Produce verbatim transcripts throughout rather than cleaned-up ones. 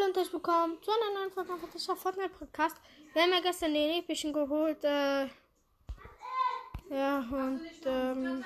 Hallo und herzlich willkommen zu einer neuen Folge von der Fortnite Podcast. Wir haben ja gestern den epischen geholt. Äh, ja, und ähm,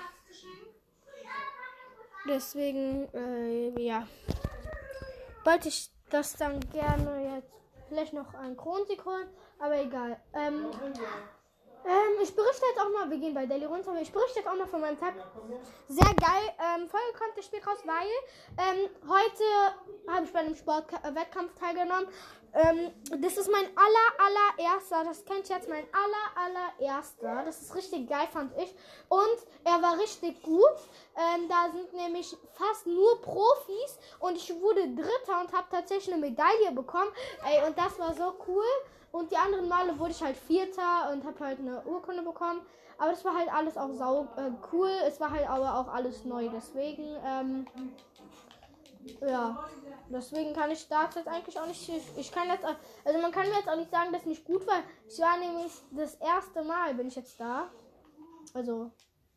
deswegen, äh, ja, wollte ich das dann gerne jetzt vielleicht noch einen Kronsieg holen, aber egal. Ähm, Ähm, ich berichte jetzt auch mal, wir gehen bei Daily runter, aber ich berichte jetzt auch mal von meinem Tag. Sehr geil, ähm, Folge kommt das Spiel raus, weil, ähm, heute habe ich bei einem Sportwettkampf teilgenommen. Ähm, das ist mein aller, allererster, das kennt ihr jetzt, mein aller, allererster. Das ist richtig geil, fand ich. Und er war richtig gut. Ähm, da sind nämlich fast nur Profis und ich wurde Dritter und habe tatsächlich eine Medaille bekommen. Ey, und das war so cool. Und die anderen Male wurde ich halt Vierter und habe halt eine Urkunde bekommen. Aber das war halt alles auch sau äh, cool. Es war halt aber auch alles neu. Deswegen, ähm, ja. Deswegen kann ich da jetzt eigentlich auch nicht. Ich, ich kann jetzt, also man kann mir jetzt auch nicht sagen, dass es nicht gut war. Ich war nämlich das erste Mal, bin ich jetzt da. Also,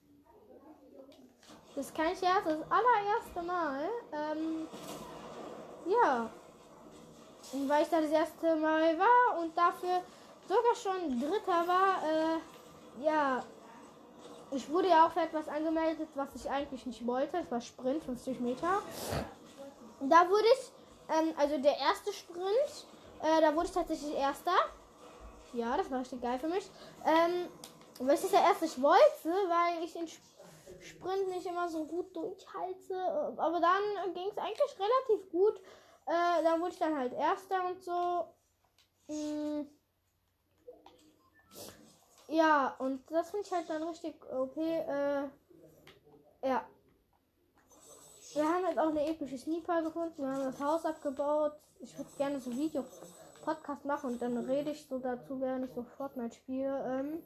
das kann ich erst das allererste Mal. Ähm, ja. Und weil ich da das erste Mal war und dafür sogar schon Dritter war, äh, ja, ich wurde ja auch für etwas angemeldet, was ich eigentlich nicht wollte. Das war Sprint, fünfzig Meter. Und da wurde ich, ähm, also der erste Sprint, äh, da wurde ich tatsächlich Erster. Ja, das war richtig geil für mich. Ähm, weil ich das ja erst nicht wollte, weil ich den Sprint nicht immer so gut durchhalte. Aber dann ging es eigentlich relativ gut. Äh, dann wurde ich dann halt Erster und so. Mm. Ja, und das finde ich halt dann richtig okay. Äh, ja. Wir haben jetzt auch eine epische Sniper gefunden. Wir haben das Haus abgebaut. Ich würde gerne so Video-Podcast machen und dann rede ich so dazu, während ich so Fortnite spiele. Ähm,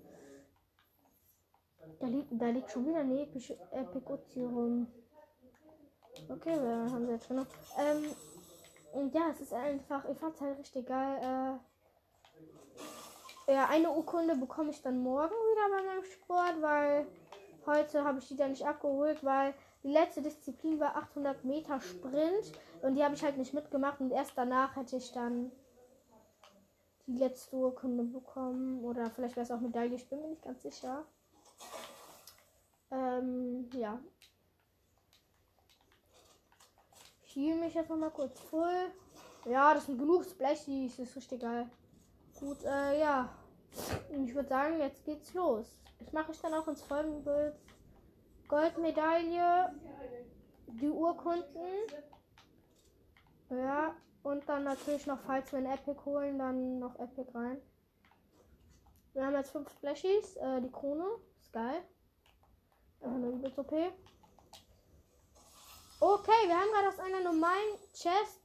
da, liegt, da liegt schon wieder eine epische Epic Uzi rum. Okay, wir haben sie jetzt genommen. Ähm, und ja, es ist einfach, ich fand es halt richtig geil. Äh, ja, eine Urkunde bekomme ich dann morgen wieder bei meinem Sport, weil heute habe ich die dann nicht abgeholt, weil die letzte Disziplin war achthundert Meter Sprint und die habe ich halt nicht mitgemacht und erst danach hätte ich dann die letzte Urkunde bekommen oder vielleicht wäre es auch Medaille, ich bin mir nicht ganz sicher. Ähm, ja. Ich hielt mich jetzt noch mal kurz voll. Ja, das sind genug Splashies, das ist richtig geil. Gut, äh, ja. Ich würde sagen, jetzt geht's los. Ich mache ich dann auch ins Folgenbild. Goldmedaille, die Urkunden. Ja, und dann natürlich noch, falls wir ein Epic holen, dann noch Epic rein. Wir haben jetzt fünf Splashies, äh, die Krone. Ist geil. Einfach nur übelst O P. Okay, wir haben gerade aus einer normalen Chest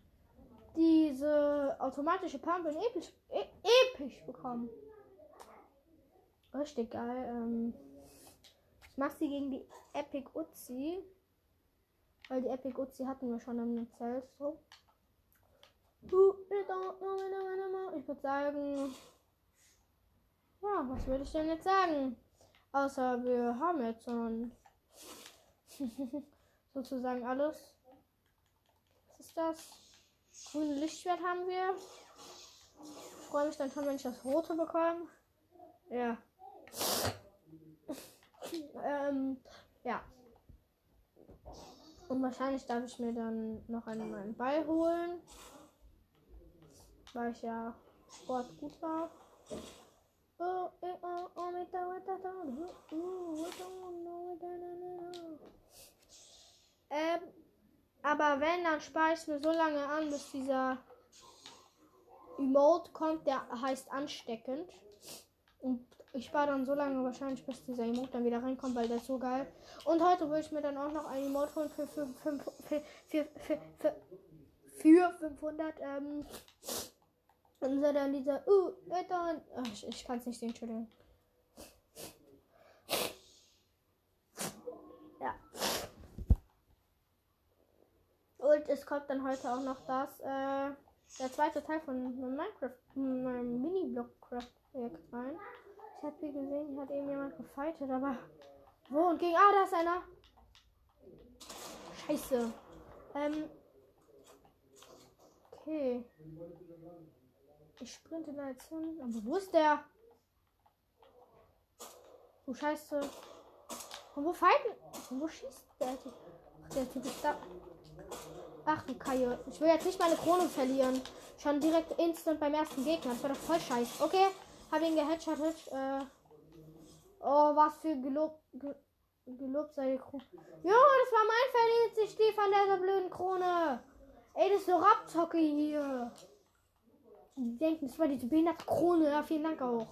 diese automatische Pump in episch, e episch bekommen. Richtig geil. Ähm, ich mache sie gegen die Epic Uzi. Weil die Epic Uzi hatten wir schon im Zelt. So. Ich würde sagen. Ja, was würde ich denn jetzt sagen? Außer wir haben jetzt schon sozusagen alles. Was ist das? Grüne Lichtschwert haben wir. Ich freue mich dann schon, wenn ich das rote bekomme. Ja. ähm, ja. Und wahrscheinlich darf ich mir dann noch einen neuen Ball holen. Weil ich ja Sport gut war. Ähm, aber wenn, dann spare ich es mir so lange an, bis dieser Emote kommt, der heißt ansteckend. Und ich spare dann so lange wahrscheinlich, bis dieser Emote dann wieder reinkommt, weil der ist so geil. Und heute will ich mir dann auch noch ein Emote holen für, für, für, für, für, für, für, für fünfhundert. Ähm, und so dann dieser, uh, dann, ach, ich, ich kann es nicht sehen, Entschuldigung. Ja. Und es kommt dann heute auch noch das, äh, der zweite Teil von Minecraft, meinem Mini-Block-Craft-Projekt rein. Ich habe hier gesehen, hier hat eben jemand gefightet, aber wo und gegen, ah, da ist einer. Scheiße. Ähm, Okay. Ich sprinte da jetzt hin. Aber wo ist der? Du Scheiße. Von wo fighten? Von wo schießt der Typ? Ach, der Typ ist da. Ach du Kaio. Ich will jetzt nicht meine Krone verlieren. Schon direkt instant beim ersten Gegner. Das war doch voll scheiße. Okay. Hab ihn geheadshottet. Äh. Oh, was für gelobt. Ge gelobt sei die Krone. Jo, das war mein Verdienst. Ich stehe von dieser blöden Krone. Ey, das ist so Rabzocke hier. Die denken, das war diese behinderte Krone. Ja, vielen Dank auch.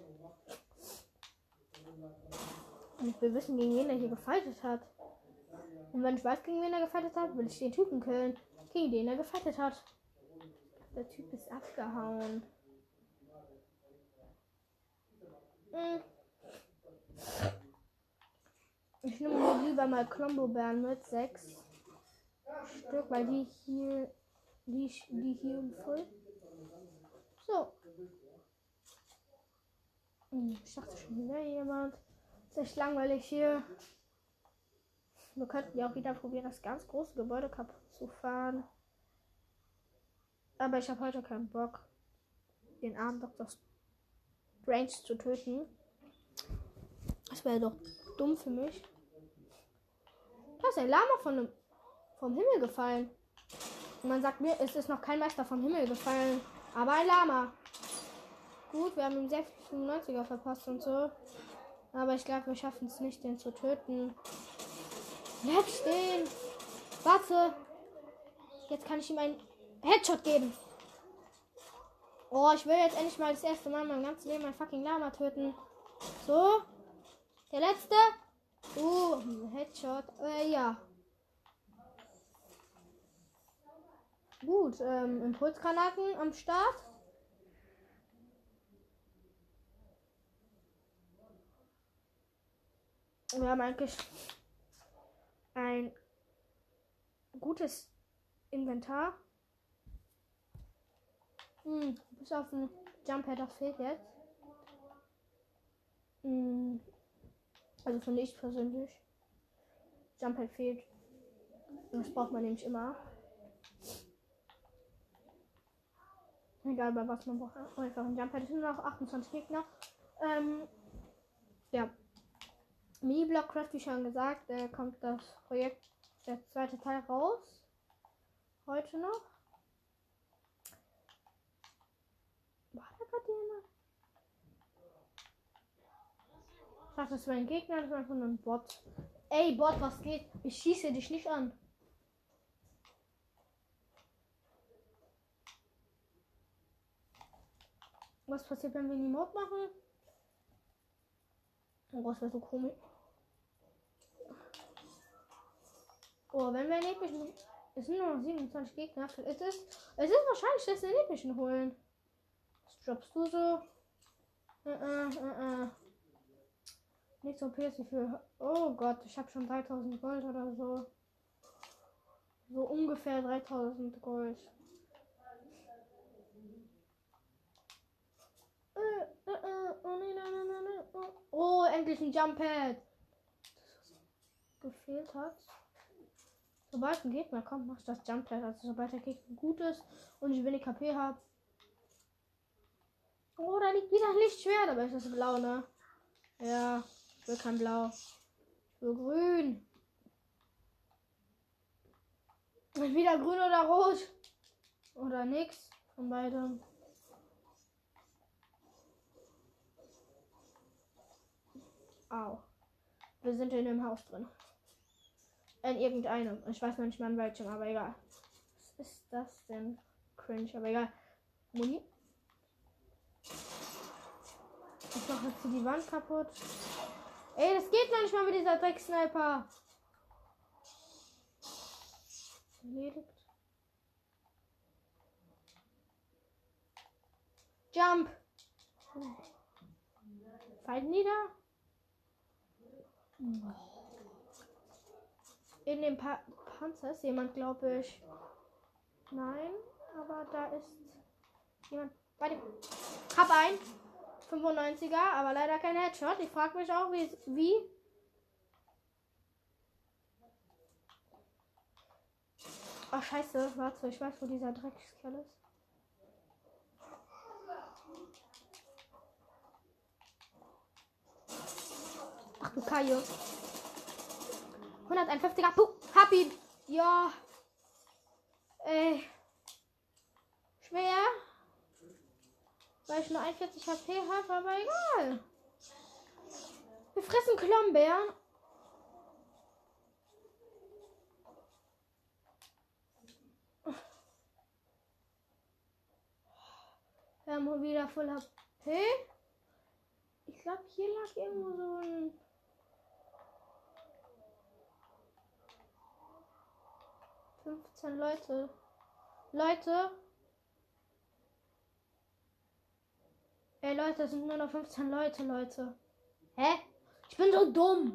Und ich will wissen, gegen wen er hier gefightet hat. Und wenn ich weiß, gegen wen er gefightet hat, will ich den Typen killen, gegen den er gefightet hat. Der Typ ist abgehauen. Hm. Ich nehme mir lieber mal Klombo-Bären mit. Sechs Stück, weil die hier. Die, die hier voll. So. Hm, ich dachte schon wieder jemand. Ist echt langweilig hier. Wir könnten ja auch wieder probieren, das ganz große Gebäude kaputt zu fahren. Aber ich habe heute keinen Bock, den armen Doktor Strange zu töten. Das wäre doch dumm für mich. Da ist ein Lama von dem, vom Himmel gefallen. Und man sagt mir, es ist noch kein Meister vom Himmel gefallen. Aber ein Lama. Gut, wir haben ihm sehr viel fünfundneunziger verpasst und so. Aber ich glaube, wir schaffen es nicht, den zu töten. Bleib stehen. Warte. Jetzt kann ich ihm einen Headshot geben. Oh, ich will jetzt endlich mal das erste Mal in meinem ganzen Leben ein fucking Lama töten. So. Der letzte. Uh, Headshot. Äh, ja. Gut, ähm, Impulsgranaten am Start. Wir haben eigentlich ein gutes Inventar. Hm, bis auf ein Jumppad, das fehlt jetzt. Hm, also finde ich persönlich. Jumppad fehlt. Das braucht man nämlich immer. Egal bei was man braucht. Einfach ein Jumppad. Es sind noch achtundzwanzig Gegner. Ähm, ja. Mini-Blockcraft, wie schon gesagt, äh, kommt das Projekt, der zweite Teil raus. Heute noch. War da gerade jemand? Ich dachte, das wäre ein Gegner, das war einfach nur ein Bot. Ey, Bot, was geht? Ich schieße dich nicht an. Was passiert, wenn wir die Mode machen? Oh, das wäre so komisch. Oh, wenn wir einen epischen. Es sind nur noch siebenundzwanzig Gegner. Es ist, es ist wahrscheinlich, dass wir einen epischen holen. Was droppst du so? Uh, uh, uh, uh. Nicht so P S wie für. Oh Gott, ich habe schon dreitausend Gold oder so. So ungefähr dreitausend Gold. Uh, uh, uh. Oh, nein, nein, nein, nein, nein. Oh, endlich ein Jumppad. Gefehlt hat. Sobald ein Gegner kommt, macht das Jumppad. Also sobald der Gegner gut ist und ich wenig K P habe. Oh, da liegt wieder ein Lichtschwert, aber ist das blau, ne? Ja, ich will kein Blau. Ich will grün. Wieder grün oder rot. Oder nix von beidem. Au. Wir sind in dem Haus drin. In irgendeinem. Ich weiß noch nicht mal in welchem, aber egal. Was ist das denn? Cringe, aber egal. Muni. Ich mache jetzt hier die Wand kaputt. Ey, das geht noch nicht mal mit dieser Drecksniper. Erledigt. Jump. Fight nieder. In dem pa Panzer ist jemand, glaube ich. Nein, aber da ist jemand bei dem. Hab ein fünfundneunziger, aber leider kein Headshot. Ich frage mich auch, wie. wie? Ach, scheiße. Warte, ich weiß, wo dieser Dreckskerl ist. Ach du Kajo. hunderteinundfünfziger. Puh, hab ihn. Ja. Ey. Schwer. Weil ich nur einundvierzig H P habe, aber egal. Wir fressen Klombeeren. Wir haben wieder voll H P. Ich glaube, hier lag irgendwo so ein... fünfzehn Leute. Leute. Ey, Leute, es sind nur noch fünfzehn Leute, Leute. Hä? Ich bin so dumm.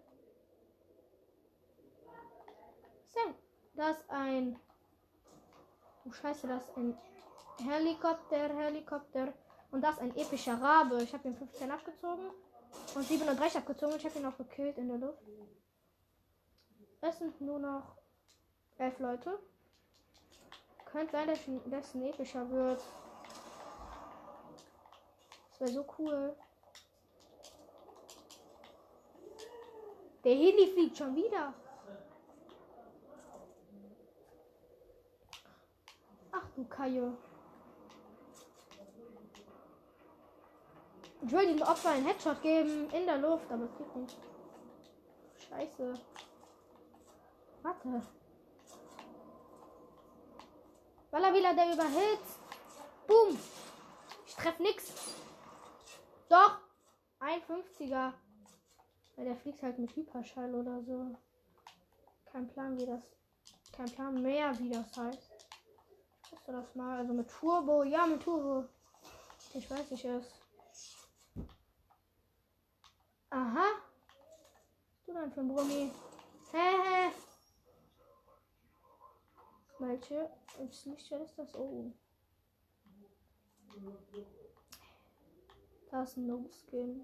Was ist denn? Das ist ein... Oh, scheiße, das ist ein Helikopter, Helikopter. Und das ist ein epischer Rabe. Ich habe ihn fünfzehn abgezogen. Und siebenunddreißig abgezogen. Ich habe ihn auch gekillt in der Luft. Es sind nur noch elf Leute. Könnte sein, dass das ein epischer wird. Das wäre so cool. Der Heli fliegt schon wieder. Ach du Kajo. Ich will dem Opfer einen Headshot geben in der Luft, aber es geht nicht. Scheiße. Warte. Weil er wieder der überhitzt. Boom. Ich treffe nix. Doch. Ein fünfziger. Ja, der fliegt halt mit Hyperschall oder so. Kein Plan, wie das. Kein Plan mehr, wie das heißt. Hast du das mal? Also mit Turbo. Ja, mit Turbo. Ich weiß nicht erst. Aha. Was du denn für ein Brummi? Hä? Welche? Ist nicht, wer ist das? Oh. Da ist ein No-Skin.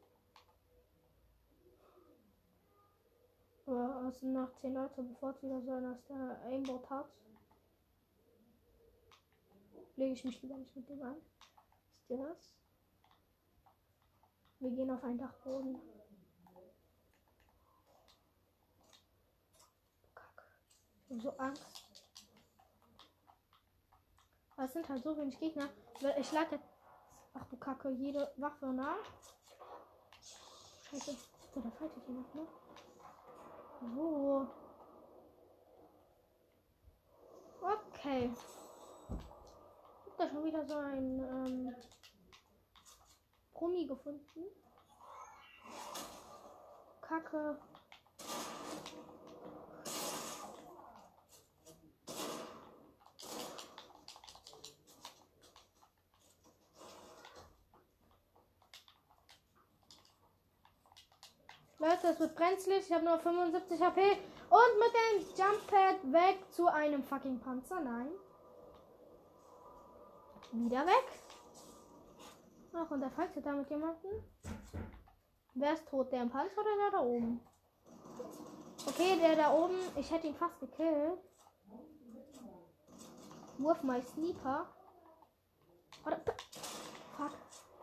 Aber es sind noch zehn Leute, bevor es wieder so einer ist, der Aimbot hat. Lege ich mich lieber nicht mit dem an. Ist ihr das? Wir gehen auf einen Dachboden. Kacke. Ich habe so Angst. Aber es sind halt so wenig Gegner. Weil ich lade jetzt. Ach du Kacke, jede Waffe nach. Scheiße. Oh, da fightet jemand, ne? Wo? Okay. Ich hab da schon wieder so ein ähm, Brummi gefunden. Kacke. Leute, es wird brenzlig. Ich habe nur fünfundsiebzig H P. Und mit dem Jumppad weg zu einem fucking Panzer. Nein. Wieder weg. Ach, und der fightet da mit jemandem. Wer ist tot? Der im Panzer oder der da oben? Okay, der da oben. Ich hätte ihn fast gekillt. Wurf my Sniper. Oder. Fuck.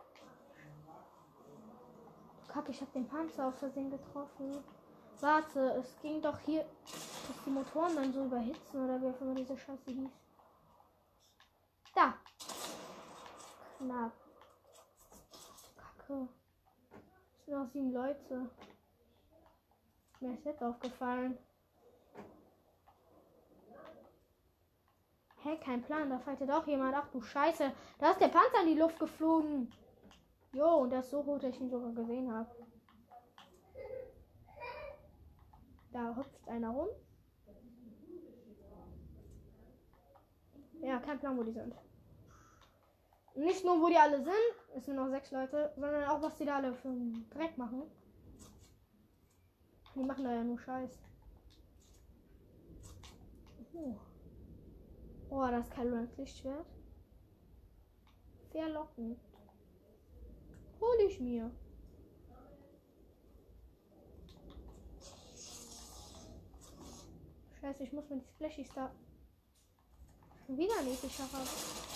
Kacke, ich habe den Panzer aus Versehen getroffen. Warte, es ging doch hier, dass die Motoren dann so überhitzen oder wie auch immer diese Scheiße hieß. Da. Knapp. Kacke. Es sind noch sieben Leute. Mir ist jetzt aufgefallen. Hä, kein Plan, da fightet auch jemand. Ach du Scheiße. Da ist der Panzer in die Luft geflogen. Jo, und das ist so hoch, dass ich ihn sogar gesehen habe. Da hüpft einer rum. Ja, kein Plan, wo die sind. Nicht nur, wo die alle sind, es sind nur sechs Leute, sondern auch, was die da alle für einen Dreck machen. Die machen da ja nur Scheiß. Oh, oh, das ist kein Lichtschwert. Verlockend. Hol ich mir. Scheiße, ich muss mir die Splashies da Wieder nicht geschafft habe.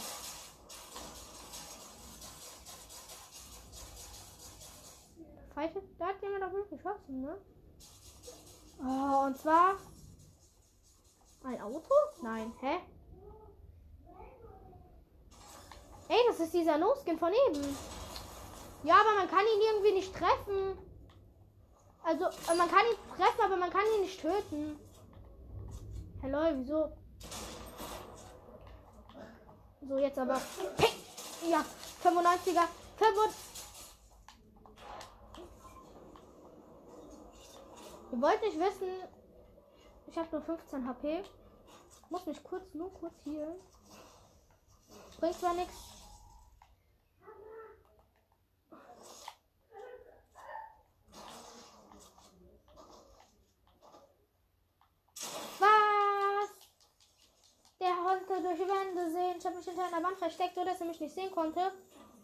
Pfeife, da hat jemand auf mich geschossen, ne? Oh, und zwar ein Auto? Nein, hä? Ey, das ist dieser No-Skin von eben. Ja, aber man kann ihn irgendwie nicht treffen. Also, man kann ihn treffen, aber man kann ihn nicht töten. Hallo, wieso? So, jetzt aber. Hey! Ja, fünfundneunziger. fünfundneunzig. Ihr wollt nicht wissen, ich habe nur fünfzehn H P. Muss mich kurz, nur kurz healen. Bringt zwar nichts. Was? Der konnte durch die Wände sehen. Ich habe mich hinter einer Wand versteckt, so dass er mich nicht sehen konnte.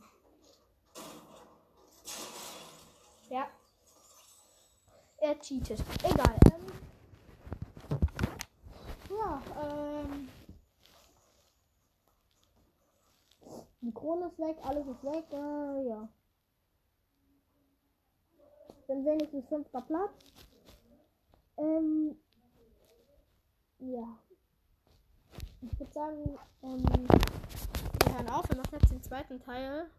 Ja. Er cheatet. Egal. Ähm, ja, ähm. Die Krone ist weg, alles ist weg. Äh, ja. Dann wenigstens fünfter Platz. Ähm. Ja. Ich würde sagen, ähm, wir hören auf. Wir machen jetzt den zweiten Teil.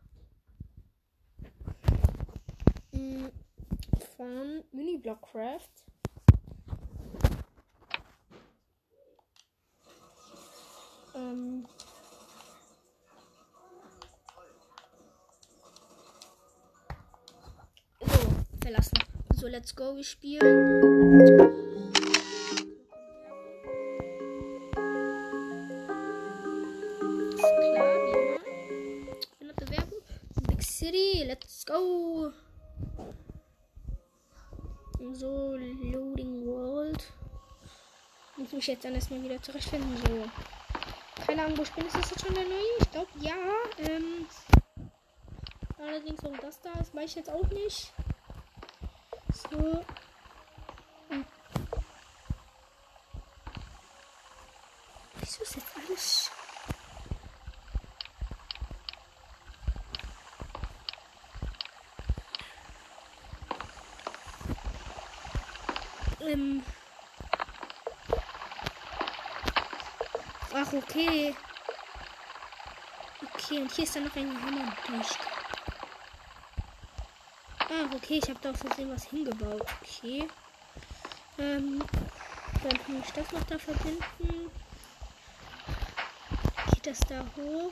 Mhm. Von Mini-Blockcraft. Ähm. So, verlassen. So, let's go, wir spielen. City, let's go. So, Loading World. Muss mich jetzt dann erstmal wieder zurechtfinden. So. Keine Ahnung, wo ich bin. Ist das jetzt schon der neue? Ich glaube, ja. Ähm. Allerdings, ob das da ist, weiß ich jetzt auch nicht. So. Hm. Wieso ist jetzt alles. Ähm. Ach, okay. Okay, und hier ist dann noch ein Hammer durch. Ah, okay, ich habe da auf Versehen was hingebaut. Okay. Ähm. Dann kann ich das noch da verbinden. Geht das da hoch?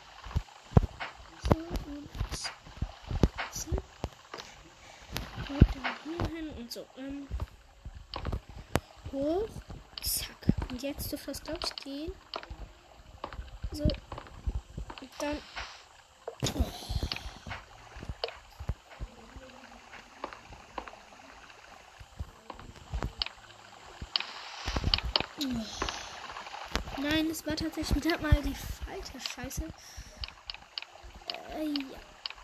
So und so. Und dann hier hin und so. Ähm. Hoch. Zack. Und jetzt dürfte das, glaube ich, gehen. So. Und dann. Oh. Oh. Nein, es war tatsächlich wieder mal die falsche Scheiße. Äh, ja.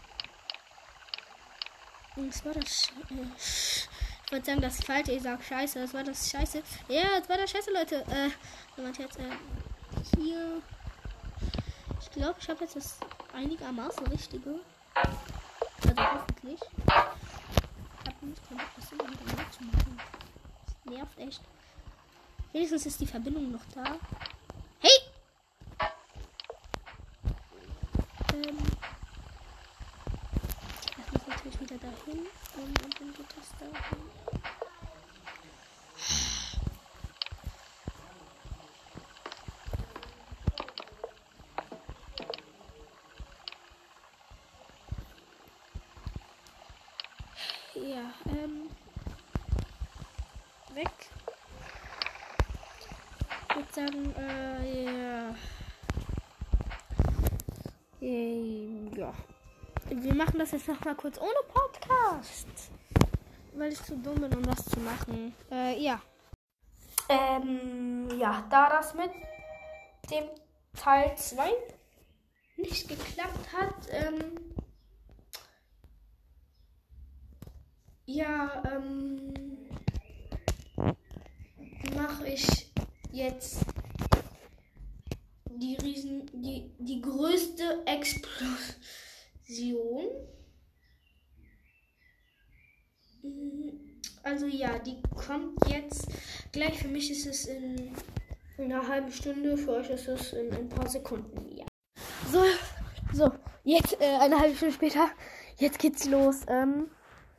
Und es war das. Äh, Ich würde sagen, das falsche, ich sag scheiße, das war das scheiße. Ja, das war das scheiße, Leute. Äh, jetzt äh, hier. Ich glaube, ich habe jetzt das einigermaßen richtige. Also hoffentlich. Ich habe nicht keinen Bock, das immer wieder zu machen. Das nervt echt. Wenigstens ist die Verbindung noch da. Hey! Ähm. Das muss natürlich wieder dahin. Und dann geht das dahin. Ja, ähm. Weg. Ich würde sagen, äh, ja. Ja. Wir machen das jetzt noch mal kurz ohne Podcast. Weil ich zu dumm bin, um das zu machen. Äh, ja. Ähm, ja, da das mit dem Teil zwei nicht geklappt hat, ähm, ja, ähm, mache ich jetzt die riesen, die, die größte Explosion. Also ja, die kommt jetzt gleich. Für mich ist es in, in einer halben Stunde, für euch ist es in, in ein paar Sekunden. Ja. So, so, jetzt äh, eine halbe Stunde später, jetzt geht's los. Ähm,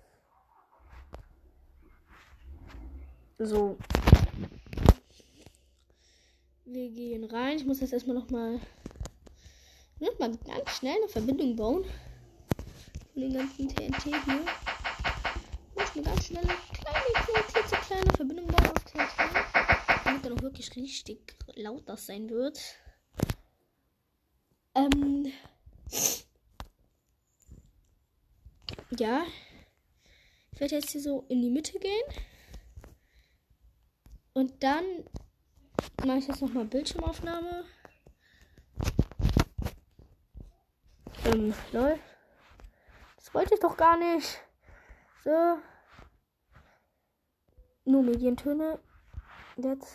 so. Wir gehen rein. Ich muss jetzt erstmal nochmal noch mal ganz schnell eine Verbindung bauen. Von den ganzen T N T hier. Ich muss eine ganz schnelle, kleine, klitzekleine Verbindung bauen auf T N T. Damit dann auch wirklich richtig laut das sein wird. Ähm. Ja. Ich werde jetzt hier so in die Mitte gehen. Und dann mache ich jetzt nochmal Bildschirmaufnahme. Ähm, lol. Das wollte ich doch gar nicht. So. Nur Medientöne. Jetzt.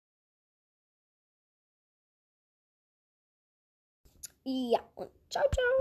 Ja, und ciao, ciao.